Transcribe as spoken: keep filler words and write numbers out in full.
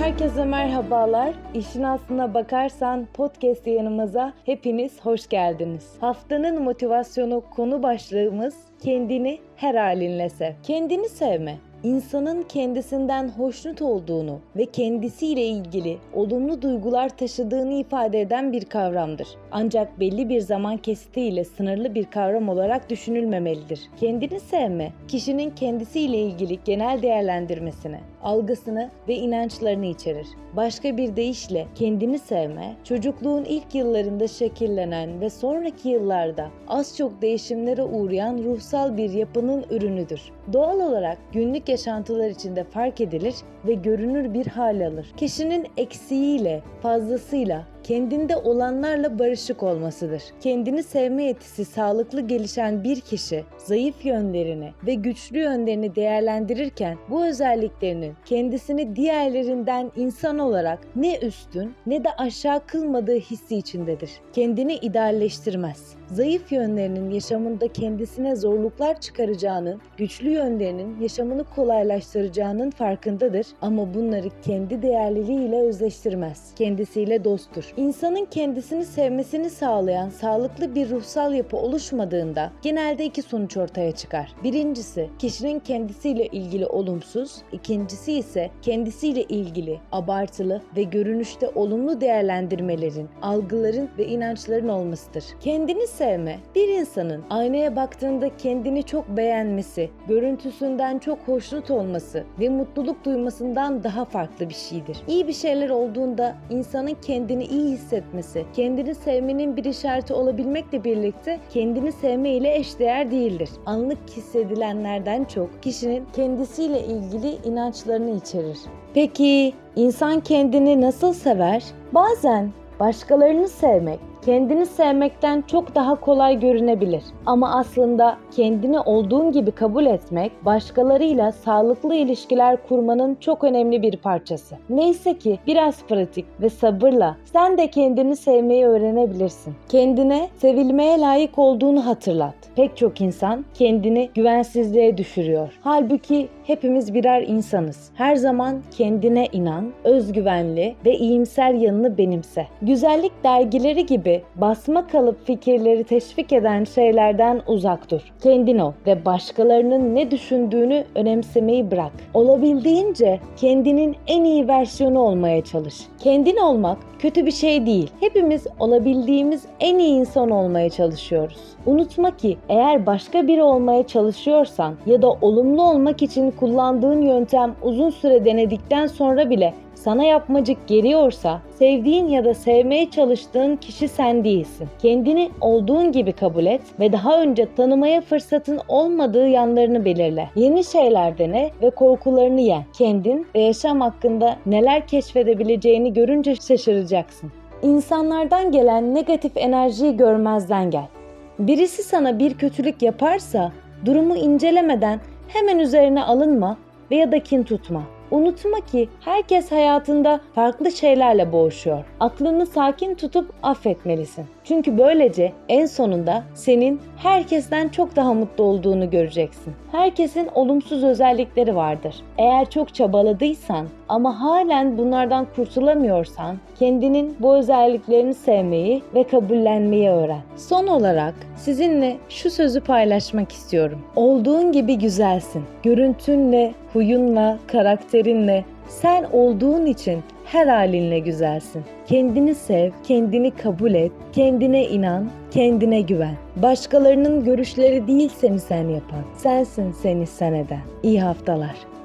herkese merhabalar. İşin aslına bakarsan podcast yayınımıza hepiniz hoş geldiniz. Haftanın motivasyonu konu başlığımız kendini her halinle sev. Kendini sevme, İnsanın kendisinden hoşnut olduğunu ve kendisiyle ilgili olumlu duygular taşıdığını ifade eden bir kavramdır. Ancak belli bir zaman kesitiyle sınırlı bir kavram olarak düşünülmemelidir. Kendini sevme, kişinin kendisiyle ilgili genel değerlendirmesini, algısını ve inançlarını içerir. Başka bir deyişle kendini sevme, çocukluğun ilk yıllarında şekillenen ve sonraki yıllarda az çok değişimlere uğrayan ruhsal bir yapının ürünüdür. Doğal olarak günlük yaşantılar içinde fark edilir ve görünür bir hal alır. Kişinin eksiğiyle, fazlasıyla, kendinde olanlarla barışık olmasıdır. Kendini sevme yetisi sağlıklı gelişen bir kişi, zayıf yönlerini ve güçlü yönlerini değerlendirirken bu özelliklerinin kendisini diğerlerinden insan olarak ne üstün ne de aşağı kılmadığı hissi içindedir. Kendini idealleştirmez. Zayıf yönlerinin yaşamında kendisine zorluklar çıkaracağının, güçlü yönlerinin yaşamını kolaylaştıracağının farkındadır ama bunları kendi değerliliğiyle özleştirmez. Kendisiyle dosttur. İnsanın kendisini sevmesini sağlayan sağlıklı bir ruhsal yapı oluşmadığında genelde iki sonuç ortaya çıkar. Birincisi, kişinin kendisiyle ilgili olumsuz, ikincisi ise kendisiyle ilgili abartılı ve görünüşte olumlu değerlendirmelerin, algıların ve inançların olmasıdır. Kendini sevme, bir insanın aynaya baktığında kendini çok beğenmesi, görüntüsünden çok hoşnut olması ve mutluluk duymasından daha farklı bir şeydir. İyi bir şeyler olduğunda insanın kendini iyi hissetmesi, kendini sevmenin bir işareti olabilmekle birlikte kendini sevme ile eşdeğer değildir. Anlık hissedilenlerden çok kişinin kendisiyle ilgili inançlarını içerir. Peki insan kendini nasıl sever? Bazen başkalarını sevmek, kendini sevmekten çok daha kolay görünebilir. Ama aslında kendini olduğun gibi kabul etmek, başkalarıyla sağlıklı ilişkiler kurmanın çok önemli bir parçası. Neyse ki biraz pratik ve sabırla sen de kendini sevmeyi öğrenebilirsin. Kendine sevilmeye layık olduğunu hatırlat. Pek çok insan kendini güvensizliğe düşürüyor. Halbuki hepimiz birer insanız. Her zaman kendine inan, özgüvenli ve iyimser yanını benimse. Güzellik dergileri gibi basma kalıp fikirleri teşvik eden şeylerden uzak dur. Kendin ol ve başkalarının ne düşündüğünü önemsemeyi bırak. Olabildiğince kendinin en iyi versiyonu olmaya çalış. Kendin olmak kötü bir şey değil. Hepimiz olabildiğimiz en iyi insan olmaya çalışıyoruz. Unutma ki eğer başka biri olmaya çalışıyorsan ya da olumlu olmak için kullandığın yöntem uzun süre denedikten sonra bile sana yapmacık geliyorsa, sevdiğin ya da sevmeye çalıştığın kişi sen değilsin. Kendini olduğun gibi kabul et ve daha önce tanımaya fırsatın olmadığı yanlarını belirle. Yeni şeyler dene ve korkularını yen. Kendin ve yaşam hakkında neler keşfedebileceğini görünce şaşıracaksın. İnsanlardan gelen negatif enerjiyi görmezden gel. Birisi sana bir kötülük yaparsa, durumu incelemeden hemen üzerine alınma veya da kin tutma. Unutma ki herkes hayatında farklı şeylerle boğuşuyor. Aklını sakin tutup affetmelisin. Çünkü böylece en sonunda senin herkesten çok daha mutlu olduğunu göreceksin. Herkesin olumsuz özellikleri vardır. Eğer çok çabaladıysan ama halen bunlardan kurtulamıyorsan kendinin bu özelliklerini sevmeyi ve kabullenmeyi öğren. Son olarak sizinle şu sözü paylaşmak istiyorum. Olduğun gibi güzelsin. Görüntünle, huyunla, karakterinle sen olduğun için her halinle güzelsin. Kendini sev, kendini kabul et, kendine inan, kendine güven. Başkalarının görüşleri değil seni sen yapan. Sensin seni sen eden. İyi haftalar.